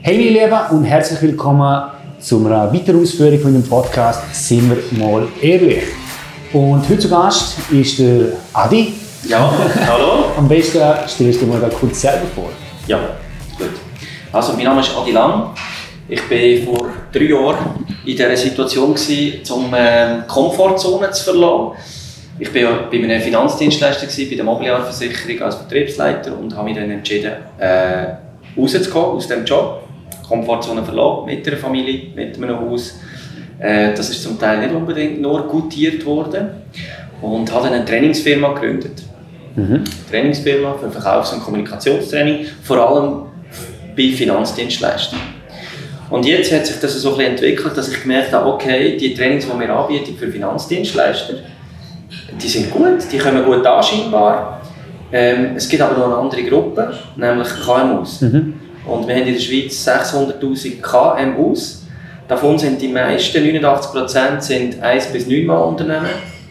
Hey meine Lieben und herzlich willkommen zu einer weiteren Ausführung von dem Podcast «Sind wir mal ehrlich?». Und heute zu Gast ist der Adi. Ja, hallo. Am besten stellst du dir mal kurz selber vor. Ja, gut. Also mein Name ist Adi Lang. Ich war vor 3 Jahren in dieser Situation, um die Komfortzone zu verlassen. Ich war bei einem Finanzdienstleister, bei der Mobiliarversicherung als Vertriebsleiter und habe mich dann entschieden, rauszukommen aus diesem Job. Komfortzone verlassen, mit einer Familie, mit einem Haus. Das ist zum Teil nicht unbedingt nur gutiert worden. Und habe dann eine Trainingsfirma gegründet. Trainingsfirma für Verkaufs- und Kommunikationstraining, vor allem bei Finanzdienstleistern. Und jetzt hat sich das so ein bisschen entwickelt, dass ich gemerkt habe, okay, die Trainings, die wir anbieten für Finanzdienstleister, die sind gut, die kommen gut an scheinbar. Es gibt aber noch eine andere Gruppe, nämlich KMUs. Und wir haben in der Schweiz 600'000 KMUs. Davon sind die meisten, 89%, sind 1 bis 9 Mal Unternehmen.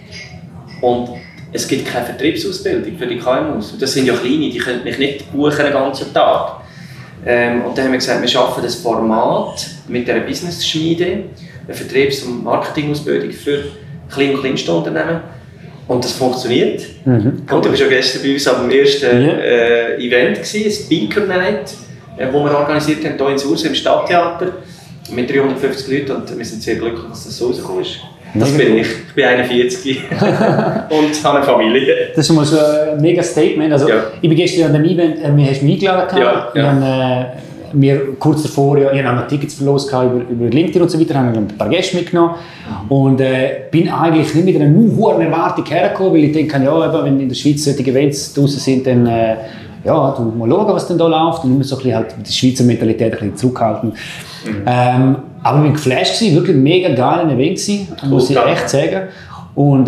Und es gibt keine Vertriebsausbildung für die KMUs. Und das sind ja kleine, die können mich nicht buchen den ganzen Tag. Und dann haben wir gesagt, wir schaffen das Format mit dieser Business-Schmiede, eine Vertriebs- und Marketingausbildung für Klein- und kleinste Unternehmen. Und das funktioniert. Und du warst ja gestern bei uns am ersten Event, Speaker Night, wo wir organisiert haben, hier in Sursee im Stadttheater mit 350 Leuten, und wir sind sehr glücklich, dass das so rausgekommen ist. Das bin ich. Ich bin 41 und habe eine Familie. Das ist schon mal so ein mega Statement. Also, ich bin gestern an dem Event, mir hast du mich eingeladen. Ich habe mir kurz davor ich habe noch Tickets verlost über LinkedIn und so weiter, habe ein paar Gäste mitgenommen und bin eigentlich nicht mit einer hohen Erwartung hergekommen, weil ich denke, ja, wenn in der Schweiz solche Events draussen sind, dann du mal schauen, was denn da läuft, und immer so ein bisschen halt die Schweizer Mentalität ein bisschen zurückhalten. Aber ich war geflasht, wirklich ein mega geiler Event gewesen, muss ich echt sagen. Und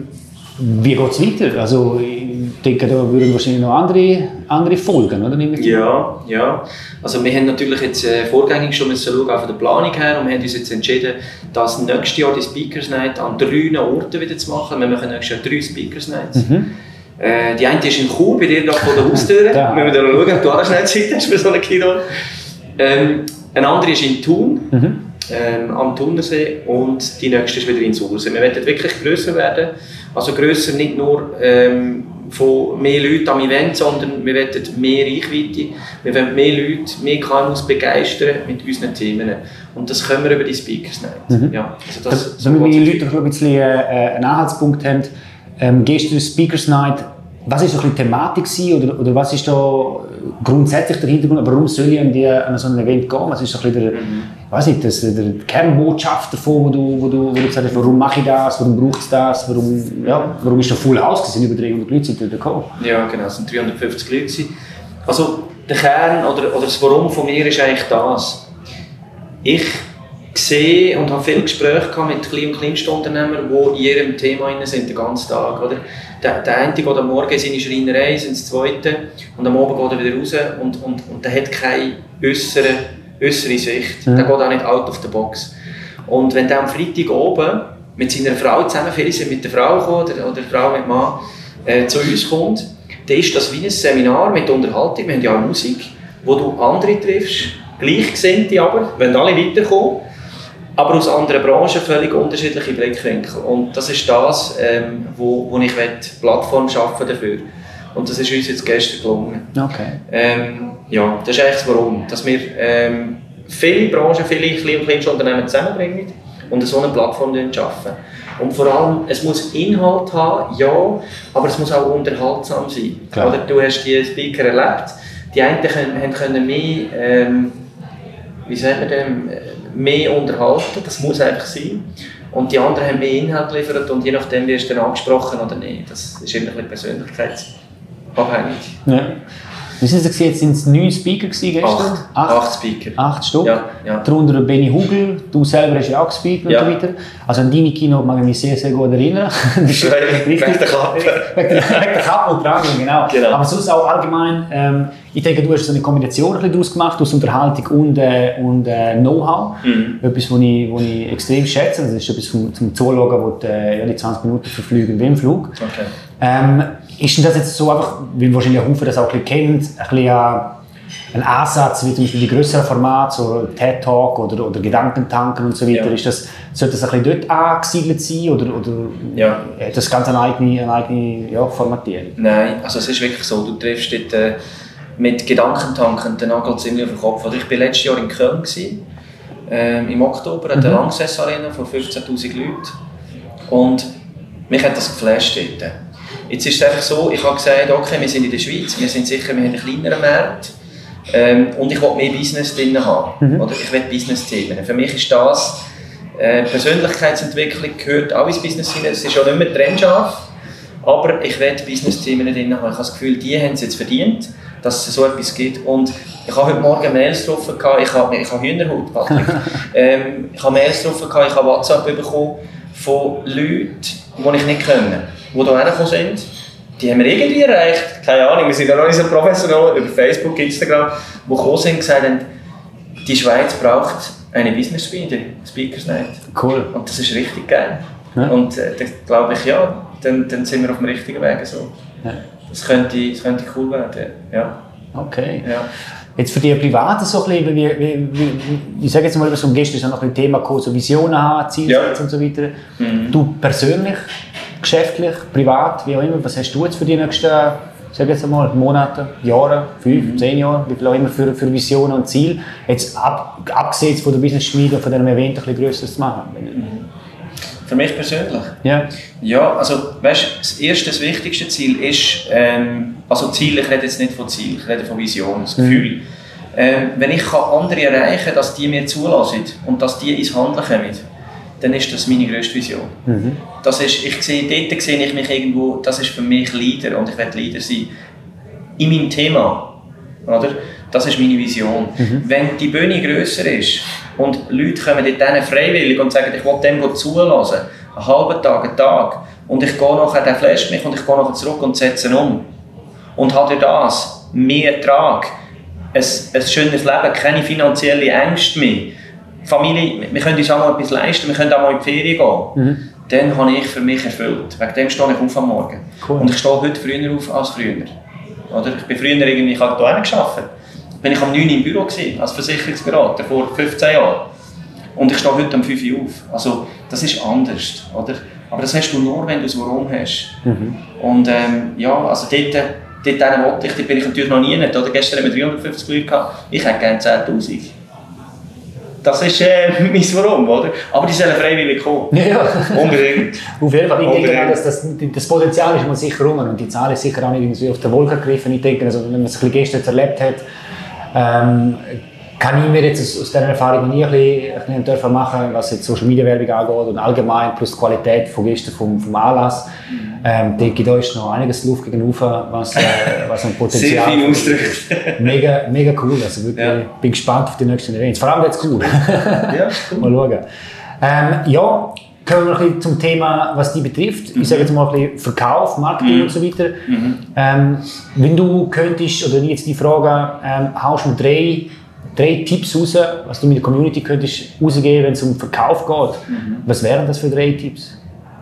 wie geht es weiter? Also, ich denke, da würden wahrscheinlich noch andere folgen, oder? Ja. Also wir haben natürlich jetzt vorgängig schon schauen, auch von der Planung her, und wir haben uns jetzt entschieden, das nächstes Jahr die Speakers Night an 3 Orten wieder zu machen. Wir machen nächstes Jahr 3 Speakers Nights. Die eine ist in Chur, bei dir vor der Haustür. Wir müssen dann schauen, ob du auch schnell Zeit hast für so einen Kino. Eine andere ist in Thun, am Thunersee, und die nächste ist wieder in Sursee. Wir wollen wirklich grösser werden. Also grösser nicht nur von mehr Leuten am Event, sondern wir wollen mehr Reichweite. Wir wollen mehr Leute, mehr KMUs begeistern mit unseren Themen. Und das können wir über die Speakers Night. Ja, also damit meine Leute ein bisschen einen Anhaltspunkt haben, gehst du in die Speakers Night, was war so die Thematik oder was ist da grundsätzlich der Hintergrund? Warum soll ich an so ein Event gehen? Was ist so ein bisschen der Kernbotschaft davon, wo du gesagt hast, warum mache ich das, warum braucht es das, warum ist da voll Haus? Es sind über 300 Leute da gekommen. Ja, genau, es sind 350 Leute. Also der Kern oder das Warum von mir ist eigentlich das. Ich sehe und habe viele Gespräche mit Klein- und Kleinstunternehmern, die in ihrem Thema sind den ganzen Tag. Oder? Der eine geht am Morgen in seine Schreinerei, ins Zweite, und am Abend geht er wieder raus und der hat keine äußere Sicht. Der geht auch nicht out of the box. Und wenn der am Freitag oben mit seiner Frau zusammen, viele sind mit der Frau gekommen, oder Frau mit Mann, zu uns kommt, dann ist das wie ein Seminar mit Unterhaltung. Wir haben ja auch Musik, wo du andere triffst, Gleichgesinnte aber, wenn alle weiterkommen, aber aus anderen Branchen völlig unterschiedliche Blickwinkel. Und das ist das, wo ich eine Plattform schaffen dafür. Und das ist uns jetzt gestern gelungen. Okay. Das ist eigentlich das Warum. Dass wir viele Branchen, viele Klein- und Kleinstunternehmen zusammenbringen und so eine Plattform schaffen. Und vor allem, es muss Inhalt haben, ja, aber es muss auch unterhaltsam sein. Oder du hast die Speaker erlebt. Die einen können mehr, mehr unterhalten, das muss einfach sein. Und die anderen haben mehr Inhalt geliefert, und je nachdem wirst du dann angesprochen oder nicht. Das ist immer ein bisschen persönlichkeitsabhängig. Ja. Wie sind es jetzt? Sind es 9 Speaker gestern? 8 Speaker. 8 Stück? Ja. Darunter Benny Hugel, du selber hast ja auch gespeakt und so weiter. Also an deine Kino mag ich mich sehr, sehr gut erinnern. Wegen der Kappe. Wegen der Kappe und Tragung, genau. Aber sonst auch allgemein, ich denke, du hast so eine Kombination daraus gemacht, aus Unterhaltung und Know-how. Etwas, was ich extrem schätze. Das ist etwas zum Zuschauen, wo die 20 Minuten verfliegen wie im Flug. Okay. Ist denn das jetzt so einfach, weil wahrscheinlich ein Haufen das auch ein bisschen kennt, ein bisschen ein Ansatz, wie zum Beispiel die grösseren Formate, so TED Talk oder Gedankentanken und so weiter, sollte das ein bisschen dort angesiedelt sein oder hat das ganz eine eigene Formatierung? Nein, also es ist wirklich so, du triffst dort mit Gedankentanken den Nagel ziemlich auf den Kopf. Also ich war letztes Jahr in Köln, im Oktober, an der Lanxess Arena von 15'000 Leuten. Und mich hat das geflasht dort. Jetzt ist es einfach so, ich habe gesagt, okay, wir sind in der Schweiz, wir sind sicher, wir haben einen kleineren Markt und ich will mehr Business drin haben. Oder ich will Business-Themen. Für mich ist das, Persönlichkeitsentwicklung gehört auch ins Business hinein. Es ist auch nicht mehr trennscharf, aber ich will Business-Themen drin haben. Ich habe das Gefühl, die haben es jetzt verdient, dass es so etwas gibt. Und ich habe heute Morgen Mails drauf gehabt, ich habe Hühnerhaut, Patrick. Ich habe Mails drauf gehabt, ich habe WhatsApp bekommen von Leuten, die ich nicht kenne, die hierher gekommen sind. Die haben wir irgendwie erreicht, keine Ahnung, wir sind ja noch nicht so professionell über Facebook, Instagram, die gekommen sind und gesagt haben, die Schweiz braucht eine Business Speakers Night. Cool. Und das ist richtig geil. Ja. Und dann glaube ich, dann sind wir auf dem richtigen Weg. So. Ja. Das könnte cool werden. Ja. Okay. Ja. Jetzt für die Privaten so ein bisschen, ich sage jetzt mal, so gestern ist noch ein Thema gekommen, so Visionen haben, Ziele setzen und so weiter. Du persönlich, geschäftlich, privat, wie auch immer, was hast du jetzt für die nächsten, sag jetzt mal, Monate, Jahre, 5, 10 Jahre, wie viel auch immer für Visionen und Ziele, jetzt abgesehen von der Business-Schmiede und von diesem Event ein bisschen Größeres zu machen? Für mich persönlich? Ja, also weißt, das wichtigste Ziel ist, ich rede jetzt nicht von Ziel, ich rede von Vision, das Gefühl. Wenn ich andere erreichen kann, dass die mir zulassen und dass die ins Handeln kommen, dann ist das meine grösste Vision. Dort sehe ich mich irgendwo, das ist für mich Leader und ich werde Leader sein in meinem Thema. Oder? Das ist meine Vision. Wenn die Bühne grösser ist und Leute kommen dort freiwillig und sagen, ich will dem zulassen, einen halben Tag, einen Tag, und ich gehe nachher, der flasht mich und ich gehe nachher zurück und setze ihn um. Und habe durch das mehr Ertrag, ein schönes Leben, keine finanziellen Ängste mehr. Familie, wir können uns auch mal etwas leisten, wir können auch mal in die Ferien gehen. Dann habe ich für mich erfüllt. Wegen dem stehe ich auf am Morgen. Cool. Und ich stehe heute früher auf als früher. Oder? Ich bin früher irgendwie, ich habe hier gearbeitet. Bin ich am 9 Uhr im Büro gewesen, als Versicherungsberater, vor 15 Jahren. Und ich stehe heute um 5 Uhr auf. Also, das ist anders. Oder? Aber das hast du nur, wenn du das Warum hast. Und also dort bin ich natürlich noch nie nicht. Oder? Gestern haben wir 350 Leute gehabt. Ich hätte gerne 10'000. Das ist mein Warum, oder? Aber die sollen freiwillig kommen. Ja. Unbedingt. Auf jeden Fall. Ich denke, dass das Potenzial ist mal sicher rum und die Zahl ist sicher auch nicht irgendwie auf der Wolke gegriffen. Ich denke, also, wenn man es gestern erlebt hat, kann ich mir jetzt aus dieser Erfahrung nie ein bisschen machen, was jetzt Social Media Werbung angeht und allgemein plus die Qualität von gestern vom Anlass. Denke ich, da ist noch einiges Luft gegenüber, was ein Potenzial sehr viel ausdrückt. Mega cool. Also wirklich, bin gespannt auf die nächsten Events. Vor allem jetzt cool. Ja, cool. Mal schauen. Kommen wir ein bisschen zum Thema, was die betrifft. Ich sage jetzt mal ein bisschen Verkauf, Marketing und so weiter. Wenn du könntest, oder jetzt die Frage, haust du drei Tipps raus, was du mit der Community könntest rausgeben, wenn es um Verkauf geht. Was wären das für 3 Tipps?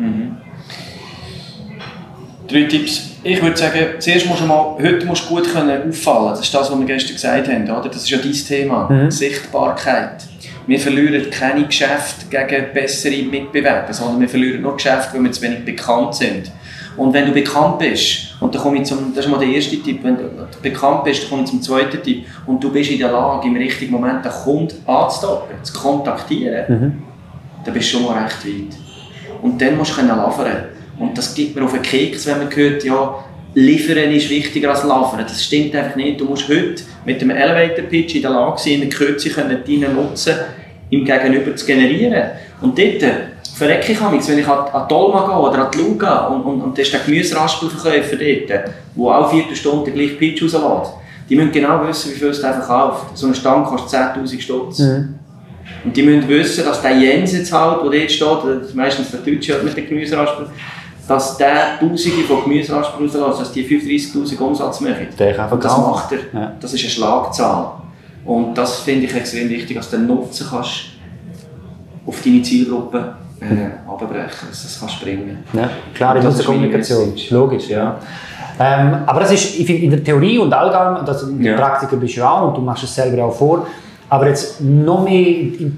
3 Tipps. Ich würde sagen, zuerst musst du heute musst du gut auffallen. Das ist das, was wir gestern gesagt haben. Oder? Das ist ja dein Thema. Sichtbarkeit. Wir verlieren keine Geschäfte gegen bessere Mitbewerber, sondern wir verlieren nur Geschäfte, weil wir zu wenig bekannt sind. Und wenn du bekannt bist, und da komme ich das ist mal der erste Tipp, wenn du bekannt bist, dann komme ich zum zweiten Tipp, und du bist in der Lage, im richtigen Moment den Kunden anzudocken, zu kontaktieren, dann bist du schon mal recht weit. Und dann musst du liefern. Und das gibt mir auf den Keks, wenn man hört, ja, liefern ist wichtiger als liefern. Das stimmt einfach nicht. Du musst heute mit dem Elevator Pitch in der Lage sein, in der Kürze deinen Nutzen im Gegenüber zu generieren. Und dort verrecke ich manchmal, wenn ich an Dolma gehe oder an die Lu gehe und da ist der Gemüseraspelverkäufer dort, der auch 4 Stunden den gleichen Pitch rauslässt. Die müssen genau wissen, wie viel es verkauft. So ein Stand kostet 10'000 Stutz. Und die müssen wissen, dass der Jens jetzt halt, der dort steht, meistens der Deutsche mit den Gemüseraspeln, dass der Tausende von Gemüseraspeln rauslässt, dass die 35'000 Umsatz machen. Und das macht er. Ja. Das ist eine Schlagzahl. Und das finde ich extrem wichtig, dass du den Nutzen kannst auf deine Zielgruppe abbrechen, dass das kannst bringen. Ja, klare Nutzenkommunikation, logisch, ja. Aber das ist, ich finde, in der Theorie und allgemein, in der Praktiker bist du auch und du machst es selber auch vor. Aber jetzt noch mehr in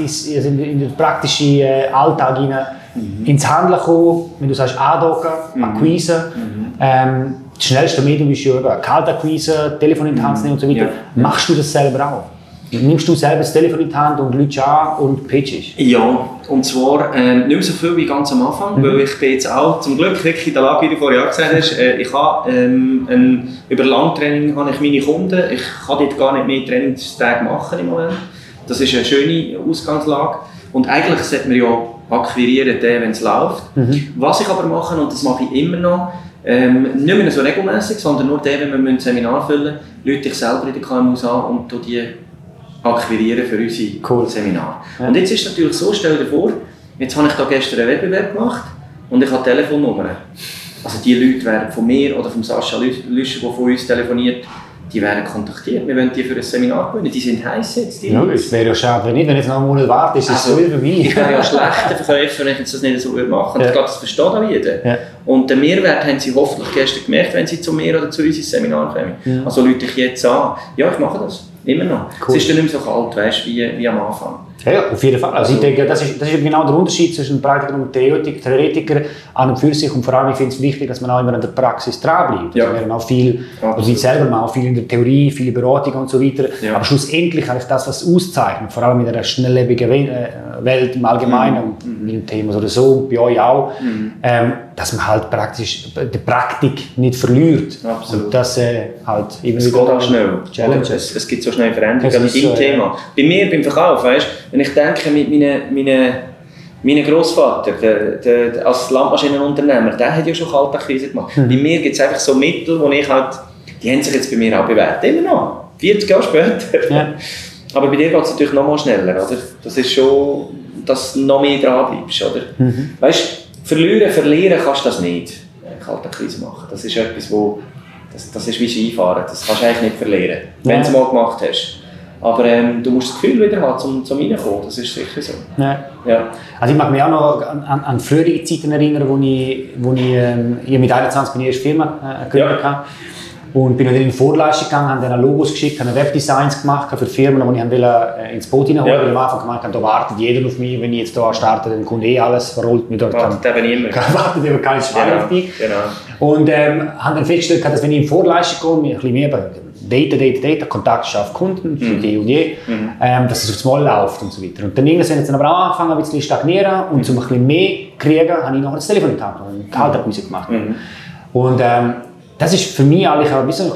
den praktischen Alltag ins Handeln kommen, wenn du sagst andocken, Akquise. Das schnellste Medium ist ja Kaltakquise, Telefon in die Hand nehmen und so weiter. Machst du das selber auch? Nimmst du selber das Telefon in die Hand und Leute an und pitchst? Ja, und zwar nicht mehr so viel wie ganz am Anfang, weil ich bin jetzt auch zum Glück wirklich in der Lage, wie du vorher gesagt hast, ich habe über Langtraining habe ich meine Kunden, ich kann dort gar nicht mehr Trainingstage machen im Moment. Das ist eine schöne Ausgangslage und eigentlich sollte man ja akquirieren, wenn es läuft. Was ich aber mache, und das mache ich immer noch, nicht mehr so regelmäßig, sondern nur wenn wir ein Seminar füllen, Leute ich selber in den KMUs an und die akquirieren für unser Seminar. Ja. Und jetzt ist es natürlich so, stell dir vor, jetzt habe ich da gestern einen Wettbewerb gemacht und ich habe Telefonnummern. Also die Leute werden von mir oder von Sascha Lüscher, der von uns telefoniert, die werden kontaktiert. Wir wollen die für ein Seminar gewinnen. Die sind heiß jetzt. Ja, es wäre ja schade, wenn nicht. Wenn jetzt noch einen Monat wartet, ist es so für mich. Ich wäre ja schlechter Verkäufer, wenn ich das nicht so machen würde. Ich glaube, das versteht auch jeder. Ja. Und den Mehrwert haben sie hoffentlich gestern gemerkt, wenn sie zu mir oder zu uns ins Seminar kommen. Ja. Also rufe ich jetzt an. Ja, ich mache das. Immer noch. Cool. Es ist dann nicht mehr so kalt, weißt, wie am Anfang. Ja, auf jeden Fall. Also ich denke, das ist genau der Unterschied zwischen Praktiker und Theoretiker an und für sich. Und vor allem, ich finde es wichtig, dass man auch immer an der Praxis dranbleibt. Ja. Also wir haben auch viel, also ich selber mache auch viel in der Theorie, viele Beratungen und so weiter. Ja. Aber schlussendlich eigentlich das, was auszeichnet, vor allem in einer schnelllebigen Welt im Allgemeinen und mit dem Thema oder so, bei euch auch, dass man halt praktisch die Praktik nicht verliert. Absolut. Und das halt immer wieder auch schnell. Challenges. Es gibt so schnell Veränderungen in deinem Thema. Bei mir, beim Verkauf, weißt, wenn ich denke, mit meinem Grossvater, der als Landmaschinenunternehmer, der hat ja schon Kaltakquise gemacht. Bei mir gibt es einfach so Mittel, die die haben sich jetzt bei mir auch bewährt. Immer noch. 40 Jahre später. Ja. Aber bei dir geht es natürlich noch mal schneller, oder? Das ist schon, dass du noch mehr dran bleibst, oder? Weißt, verlieren kannst du das nicht. Kaltakquise machen. Das ist etwas, das ist wie Skifahren. Das kannst du eigentlich nicht verlieren, wenn du es mal gemacht hast. Aber du musst das Gefühl wieder haben, zum reinkommen. Das ist sicher so. Ja. Also ich mag mich auch noch an frühere Zeiten erinnern, wo ich mit 21 meine erste Firma gegründet habe. Und bin dann in die Vorleistung gegangen, habe dann Logos geschickt, habe Webdesigns gemacht für Firmen, die ich ins Boot hineinholen wollte. Weil am Anfang gemeint habe, da wartet jeder auf mich, wenn ich jetzt hier starte, dann kommt alles, verrollt mich dort. Wartet eben immer. Wartet eben kein Schwein auf mich. Genau. Und habe dann festgestellt, dass wenn ich in die Vorleistung komme, ein bisschen mehr Data, Kontakt schafft Kunden, für die und je, dass es aufs Mal läuft und so weiter. Und dann irgendwann hat es aber auch angefangen, ein bisschen stagnieren und um ein bisschen mehr zu kriegen, habe ich noch das Telefon in die Hand und eine Kaltakquise gemacht. Und das war für mich eigentlich auch so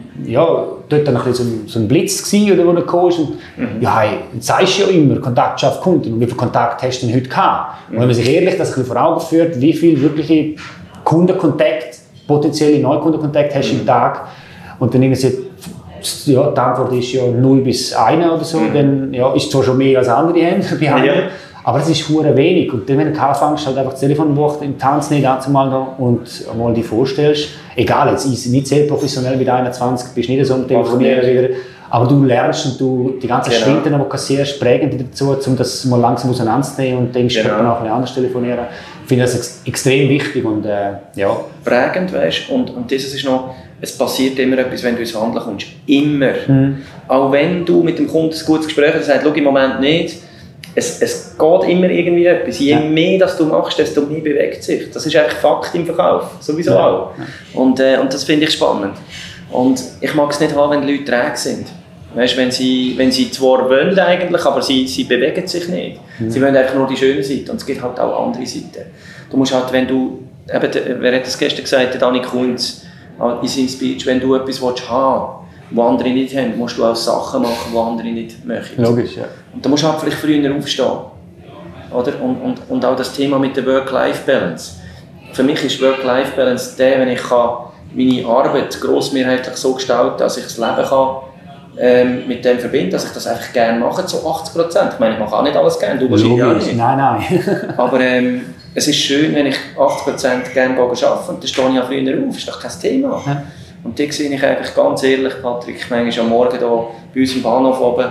dort ein bisschen so ein Blitz gewesen, oder wo er kam. Und jetzt sagst du ja immer, Kontakt schafft Kunden. Und wie viel Kontakt hast du denn heute gehabt? Und wenn man sich ehrlich das ein bisschen vor Augen führt, wie viel wirkliche Kundenkontakt, potenzielle Neukundenkontakt hast du im Tag, und dann irgendwie die Antwort ist ja 0 bis 1 oder so, dann ist es zwar schon mehr als andere haben, aber es ist hure wenig. Und dann, wenn du anfängst, halt einfach das Telefonbuch im Tanz nicht anzumelden und mal dich vorstellst, egal, jetzt ist nicht sehr professionell mit 21, bist nicht so am Telefonieren wieder, aber du lernst und die ganzen Schritte, die du kassierst, prägen dich dazu, um das mal langsam auseinanderzunehmen und denkst, ich kann auch ein anders telefonieren. Ich finde das extrem wichtig und prägend, weißt du, und das ist noch, es passiert immer etwas, wenn du ins Handeln kommst. Immer. Auch wenn du mit dem Kunden ein gutes Gespräch hast, sagt, schau im Moment nicht, es geht immer irgendwie etwas. Je mehr das du machst, desto mehr bewegt sich. Das ist eigentlich Fakt im Verkauf, sowieso auch. Und das finde ich spannend. Und ich mag es nicht haben, wenn die Leute träge sind. Weißt, wenn sie zwar wollen eigentlich, aber sie bewegen sich nicht. Sie wollen einfach nur die schöne Seite und es gibt halt auch andere Seiten. Du musst halt, wenn du, wer hat das gestern gesagt, der Dani Kunz in seinem Speech, wenn du etwas haben willst, was andere nicht haben, musst du auch Sachen machen, die andere nicht möchten. Logisch, ja. Und da musst du halt vielleicht früher aufstehen. Oder? Und auch das Thema mit der Work-Life-Balance. Für mich ist Work-Life-Balance wenn ich meine Arbeit grossmehrheitlich so gestalten, dass ich das Leben kann, mit dem verbinden, dass ich das einfach gerne mache, zu 80%. Ich meine, ich mache auch nicht alles gerne, du wahrscheinlich auch nicht. Nein. Aber es ist schön, wenn ich 80% gerne arbeite und dann stehe ich auch früher auf, ist doch kein Thema. Ja. Und da sehe ich eigentlich ganz ehrlich, Patrick, manchmal am Morgen hier bei uns im Bahnhof oben,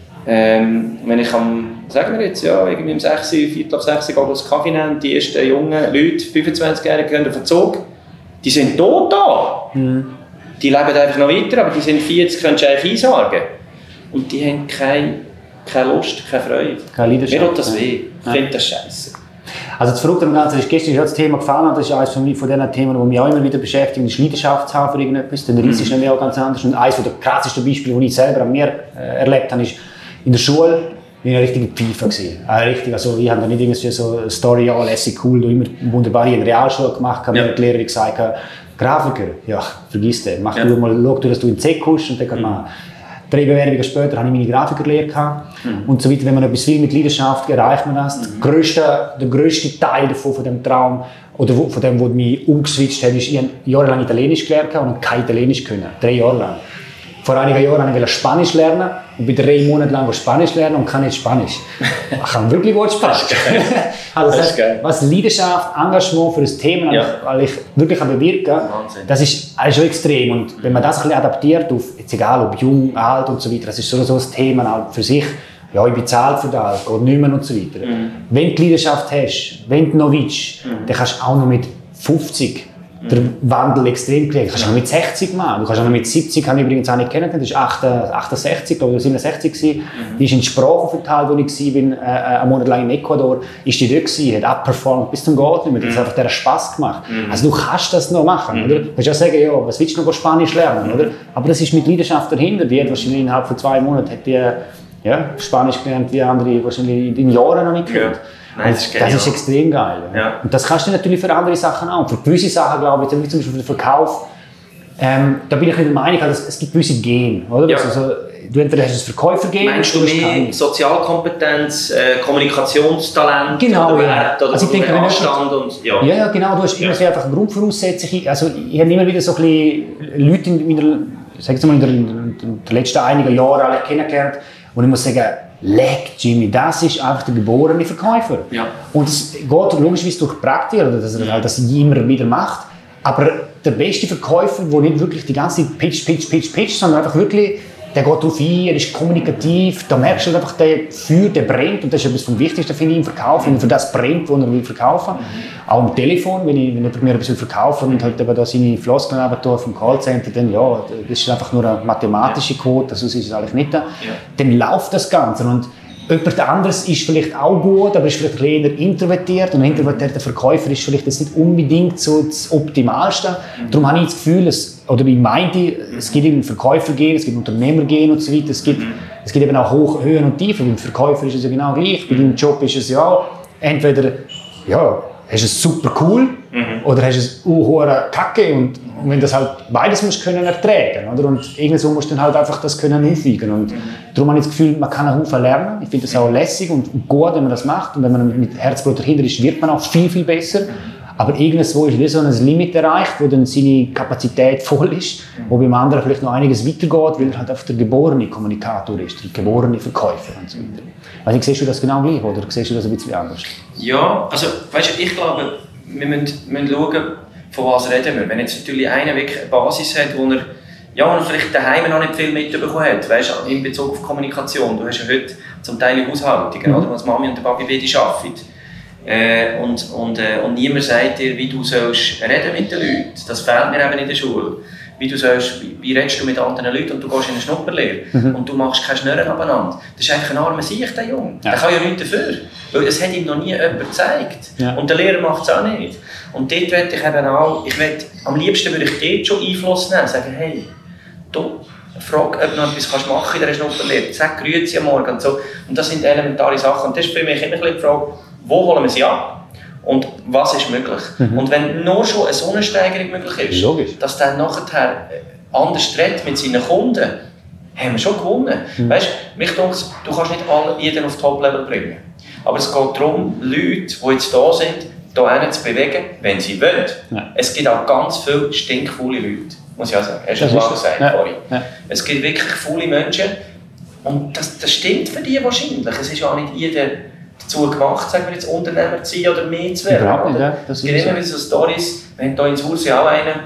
wenn ich sagen wir jetzt, irgendwie um 6, 4:30 gehe ich das Kaffee nehmen, die ersten jungen Leute, 25-Jährige, gehen auf den Zug, die sind tot da. Die leben einfach noch weiter, aber die sind 40, könntest du eigentlich einsagen. Und die haben keine Lust, keine Freude. Keine Leidenschaft. Mir tut das weh. Ich finde das scheiße. Also das Verrückte am Ganzen ist, gestern ist das Thema gefallen, und das ist eines von den Themen, die mich auch immer wieder beschäftigen, ist Leidenschaft zu haben für irgendetwas. Der Reis ist nämlich auch ganz anders. Und eines der krassesten Beispiele, die ich selber an mir erlebt habe, ist in der Schule. Ich war ein richtiger Pfeifer. Also ich habe da nicht irgendwie so eine Story, ja, lässig, cool, immer wunderbar in der Realschule gemacht, habe mir die Lehrerin gesagt, Grafiker, ja, vergiss den, schau du, dass du in den C kommst, und dann kann man 3 Bewerbungen später habe ich meine Grafikerlehre gehabt und so weiter. Wenn man etwas will mit Leidenschaft, erreicht man das. Der grösste Teil davon, von dem Traum oder von dem, was mich umgeswitcht hat, ist, ich habe jahrelang Italienisch gelernt und kein Italienisch können. 3 Jahre lang. Vor einigen Jahren wollte ich Spanisch lernen und bin 3 Monate lang Spanisch lernen und kann nicht Spanisch. Ich kann wirklich gut Spanisch. Also das heißt, was Leidenschaft, Engagement für das Thema, weil ich wirklich bewirken kann, das ist schon extrem. Und wenn man das ein bisschen adaptiert, auf, jetzt egal ob jung, alt und so weiter, das ist so ein Thema halt für sich. Ja, ich bezahle für das, geht nicht mehr und so weiter. Wenn du Leidenschaft hast, wenn du noch willst, dann kannst du auch noch mit 50 den Wandel extrem kriegen. Du kannst auch noch mit 60 machen. Du kannst auch noch mit 70, habe ich übrigens auch nicht kennengelernt, das war 68, glaube ich, oder 67 gewesen. Die ist in Sprachaufenthalt, wo ich war, einen Monat lang in Ecuador, ist die dort gewesen, hat abperformt bis zum Gott nicht mehr. Das hat einfach der Spaß gemacht. Also du kannst das noch machen, oder? Du kannst auch sagen, ja, was willst du noch Spanisch lernen, oder? Aber das ist mit Leidenschaft dahinter. Die hat wahrscheinlich innerhalb von 2 Monaten Spanisch gelernt, wie andere wahrscheinlich in Jahren noch nicht gelernt. Nein, das ist extrem geil. Ja. Und das kannst du natürlich für andere Sachen auch. Für gewisse Sachen, glaube ich, wie zum Beispiel für den Verkauf, da bin ich nicht der Meinung, es gibt gewisse Gene. Oder? Ja. Also, du entweder hast ein Verkäufergen. Meinst du mehr Sozialkompetenz, Kommunikationstalent, genau, oder Wert, oder also ich denke, Anstand? Und, ja, genau. Du hast immer einfach eine Grundvoraussetzung. Also, ich habe immer wieder so ein bisschen Leute in den letzten einigen Jahren kennengelernt, und ich muss sagen, leck, Jimmy, das ist einfach der geborene Verkäufer. Ja. Und es geht logischerweise durch Praktik, oder dass er das immer wieder macht. Aber der beste Verkäufer, der nicht wirklich die ganze Zeit pitch, sondern einfach wirklich, der geht darauf ein, er ist kommunikativ, da merkst du einfach, der führt, der brennt, und das ist etwas vom Wichtigsten, finde ich, im Verkauf, wenn er für das brennt, was er will verkaufen. Auch am Telefon, wenn jemand mir etwas verkaufen und halt eben da seine Floskeln vom Callcenter, dann ja, das ist einfach nur eine mathematische Quote, sonst ist es eigentlich nicht da. Ja. Dann läuft das Ganze. Und jemand anderes ist vielleicht auch gut, aber ist vielleicht eher introvertiert, und ein introvertierter Verkäufer ist vielleicht jetzt nicht unbedingt so das Optimalste. Darum habe ich das Gefühl, ich meinte, es gibt eben Verkäufer gehen, es gibt Unternehmer gehen und so weiter. Es gibt eben auch Höhen und Tiefen. Beim Verkäufer ist es ja genau gleich. Bei deinem Job ist es ja entweder hast du es super cool oder hast du es hohe Kacke, und wenn das halt beides musst können ertragen, oder? Und irgendwo musst du dann halt einfach das können aufwiegen. Und darum habe ich das Gefühl, man kann einen Haufen lernen. Ich finde das auch lässig und gut, wenn man das macht, und wenn man mit Herzblut dahinter ist, wird man auch viel, viel besser. Aber irgendwo ist wieder so ein Limit erreicht, wo dann seine Kapazität voll ist, wo beim anderen vielleicht noch einiges weitergeht, weil er halt einfach der geborene Kommunikator ist, der geborene Verkäufer und so weiter. Also, siehst du das genau gleich, oder siehst du das ein bisschen anders? Ja, also weißt du, ich glaube, wir müssen schauen, von was reden wir. Wenn jetzt natürlich einer wirklich eine Basis hat, wo er vielleicht daheim noch nicht viel mitbekommen hat, weißt du, in Bezug auf Kommunikation. Du hast ja heute zum Teil Haushaltungen, oder, was Mami und der Papi beide arbeiten. Und niemand sagt dir, wie du sollst reden mit den Leuten. Das fehlt mir eben in der Schule. Wie redest du mit anderen Leuten, und du gehst in eine Schnupperlehre und du machst keine Schnurren abeinander. Das ist einfach ein armer Sieg, der Junge. Ja. Der kann ja nichts dafür, weil das hat ihm noch nie jemand gezeigt. Ja. Und der Lehrer macht es auch nicht. Und dort möchte ich eben auch, am liebsten würde ich dort schon Einfluss nehmen, sagen, hey, du, frag, ob du noch etwas machen kannst in dieser Schnupperlehre. Sag Grüezi am Morgen und so. Und das sind elementare Sachen. Und das ist für mich immer die Frage, wo holen wir sie ab? Und was ist möglich? Und wenn nur schon eine Sonnensteigerung möglich ist, logisch, dass dann nachher anders redet mit seinen Kunden, haben wir schon gewonnen. Weißt du, mich denkt, du kannst nicht jeden auf Top-Level bringen. Aber es geht darum, Leute, die jetzt da sind, hierhin zu bewegen, wenn sie wollen. Ja. Es gibt auch ganz viele stinkfaule Leute, muss ich auch sagen. Hast du ja gesagt vorhin. Ja. Es gibt wirklich faule Menschen, und das stimmt für die wahrscheinlich. Es ist ja nicht jeder dazu gemacht, sagen wir jetzt, Unternehmer zu sein oder mehr zu werden. Ja, es gibt immer wieder so Storys. Wir haben hier in Sursee auch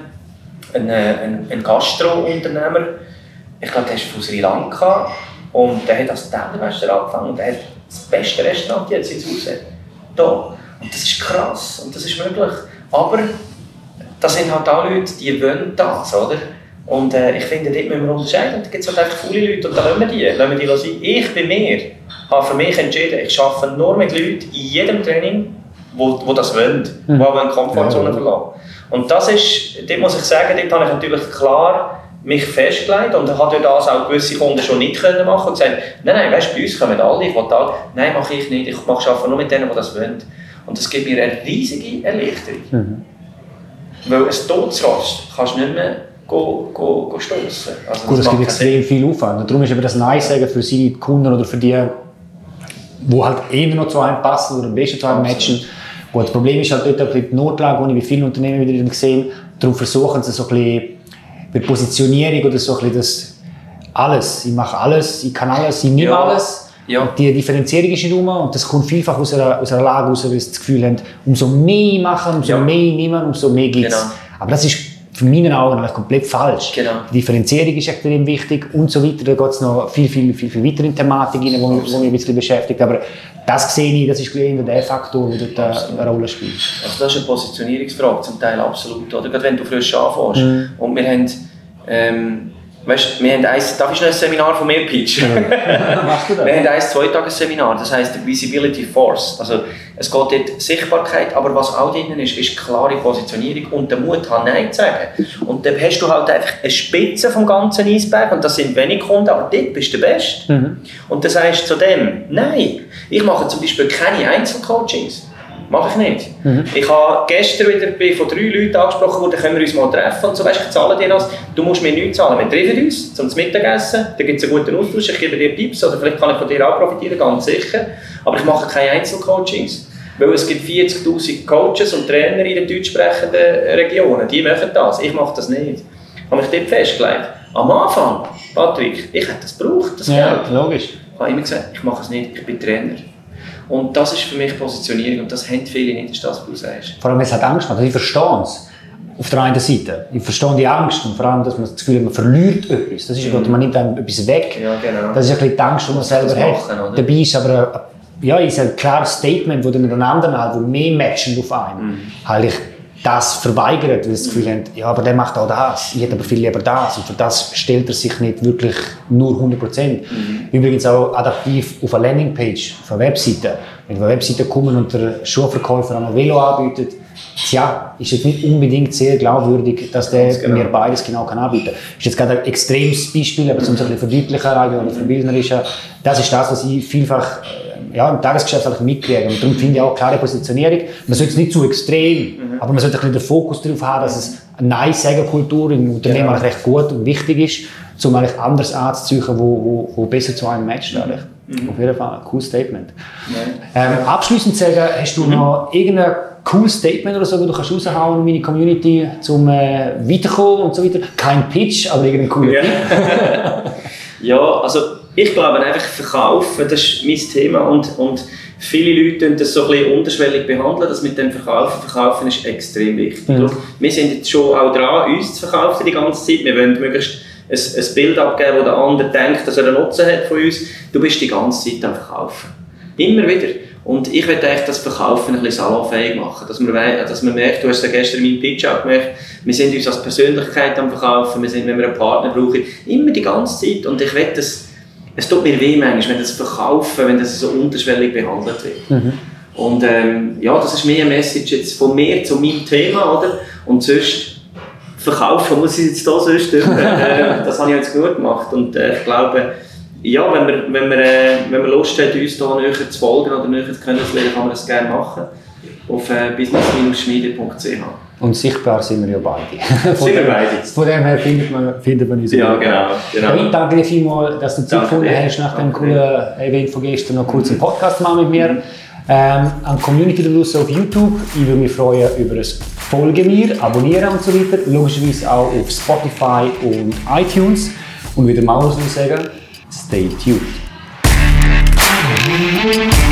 einen Gastro-Unternehmer, ich glaube, der ist von Sri Lanka, und der hat als Tellerwäscher angefangen, und der hat das beste Restaurant jetzt in Sursee. Da. Und das ist krass, und das ist möglich. Aber das sind halt auch Leute, die wollen das, oder? Und ich finde, dort müssen wir unterscheiden. Da gibt es halt einfach viele Leute und da lassen wir die sein. Ich bei mir habe für mich entschieden, ich arbeite nur mit Leuten in jedem Training, die das wollen, die auch eine Komfortzone verlassen. Und das ist, dort muss ich sagen, dort habe ich natürlich klar mich festgelegt und habe durch das auch gewisse Kunden schon nicht können machen und gesagt, nein, weißt du, bei uns kommen alle, ich will da, nein, mache ich nicht, ich arbeite nur mit denen, die das wollen. Und das gibt mir eine riesige Erleichterung. Weil ein Todesrost kannst du nicht mehr stossen. Also gut, es gibt extrem viel Aufwand. Und darum ist eben das Nein sagen für seine Kunden oder für die halt eher noch zu einem passen oder am besten zu einem matchen. Gut, das Problem ist halt dort die Notlage, die ich bei vielen Unternehmen wieder gesehen habe. Darum versuchen sie so ein bisschen bei der Positionierung oder so ein bisschen das alles. Ich mache alles, ich kann alles, ich nehme alles. Ja. Und die Differenzierung ist nicht rum und das kommt vielfach aus einer Lage raus, weil sie das Gefühl haben, umso mehr machen, umso mehr nehmen, umso mehr gibt es. Genau. Aber das ist für meinen Augen komplett falsch. Genau. Die Differenzierung ist extrem wichtig und so weiter. Da geht es noch viel weiter in Thematik rein, wo mich ein bisschen beschäftigt. Aber das sehe ich, das ist der Faktor, der dort eine Rolle spielt. Also das ist eine Positionierungsfrage, zum Teil absolut. Oder? Gerade wenn du frisch anfängst. Und wir haben, weißt, wir haben darf ich noch ein Seminar von mir pitchen? Ja. Machst du das? Wir haben ein 2-Tages-Seminar, das heisst Visibility Force. Also, es geht dort Sichtbarkeit, aber was auch drin ist klare Positionierung und der Mut haben, Nein zu sagen. Und dann hast du halt einfach eine Spitze vom ganzen Eisberg und das sind wenig Kunden, aber dort bist du der Beste. Und dann sagst du zu dem, nein, ich mache zum Beispiel keine Einzelcoachings. Mache ich nicht. Ich habe gestern wieder von 3 Leuten angesprochen worden, können wir uns mal treffen und so, weißt, ich zahle dir das, du musst mir nichts zahlen. Wir treffen uns zum Mittagessen, da gibt es einen guten Austausch, ich gebe dir Tipps, oder vielleicht kann ich von dir auch profitieren, ganz sicher. Aber ich mache keine Einzelcoachings, weil es gibt 40'000 Coaches und Trainer in den deutschsprechenden Regionen, die machen das, ich mache das nicht. Ich habe mich dort festgelegt. Am Anfang, Patrick, ich hätte das gebraucht, das Geld. Ja, logisch. Ich habe immer gesagt, ich mache es nicht, ich bin Trainer. Und das ist für mich Positionierung und das haben viele nicht, ist das, was du sagst. Vor allem, es hat Angst gemacht. Also ich verstehe es. Auf der einen Seite. Ich verstehe die Angst und vor allem, dass man das Gefühl hat, man verliert etwas. Das ist man nimmt einem etwas weg. Ja, genau. Das ist ein bisschen die Angst, die man selber hat. Dabei ist aber ist ein klares Statement, das den anderen halt, wo mehr matchen auf einen. Halt das verweigert, weil sie das Gefühl haben, ja, aber der macht auch das, ich hätte aber viel lieber das und für das stellt er sich nicht wirklich nur 100%. Übrigens auch adaptiv auf eine Landingpage, auf eine Webseite. Wenn wir auf eine Webseite kommen und der Schuhverkäufer ein Velo anbietet, ist jetzt nicht unbedingt sehr glaubwürdig, dass der mir beides genau anbieten kann. Das ist jetzt gerade ein extremes Beispiel, aber um es ein bisschen verbildlicher oder verbildnerischer, das ist das, was ich vielfach im Tagesgeschäft mitkriege. Und darum finde ich auch klare Positionierung. Man sollte es nicht zu extrem, aber man sollte ein bisschen den Fokus darauf haben, dass es eine Nein-Sagen-Kultur im Unternehmen recht gut und wichtig ist, um eigentlich anders anzuziehen, wo besser zu einem matcht. Auf jeden Fall ein cooles Statement. Abschließend sagen, hast du noch irgendein cooles Statement oder so, das du kannst raushauen in meine Community, um weiterzukommen und so weiter? Kein Pitch, aber irgendein cooler Tipp. Ja, also ich glaube einfach Verkaufen, das ist mein Thema und viele Leute tun das so ein bisschen unterschwellig behandeln, das mit dem Verkaufen ist extrem wichtig. Wir sind jetzt schon auch dran, uns zu verkaufen die ganze Zeit. Wir wollen möglichst ein Bild abgeben, wo der andere denkt, dass er einen Nutzen hat von uns. Du bist die ganze Zeit am Verkaufen. Immer wieder. Und ich möchte eigentlich das Verkaufen ein bisschen salonfähig machen. Dass man merkt, du hast ja gestern in meinem Pitch auch gemerkt, wir sind uns als Persönlichkeit am Verkaufen, wir sind, wenn wir einen Partner brauchen, immer die ganze Zeit. Und ich will das, es tut mir weh manchmal, wenn das Verkaufen, wenn das so unterschwellig behandelt wird. Und das ist mehr eine Message jetzt von mir zu meinem Thema, oder? Und sonst verkaufen muss ich jetzt da sonst das habe ich jetzt gut gemacht. Und ich glaube, ja, wenn man Lust hat, uns da näher zu folgen oder näher zu kennenzulernen, kann man das gerne machen. Auf business-schmiede.ch. Und sichtbar sind wir ja beide. Sind wir beide. Von dem her findet man uns. Ja, genau. Ich danke dir vielmals, dass du Zeit gefunden hast, nach dem coolen Event von gestern noch kurz einen Podcast zu machen mit mir. An die Community auf YouTube. Ich würde mich freuen über ein Folge mir, abonnieren und so weiter. Logischerweise auch auf Spotify und iTunes. Und wieder mal sagen, stay tuned.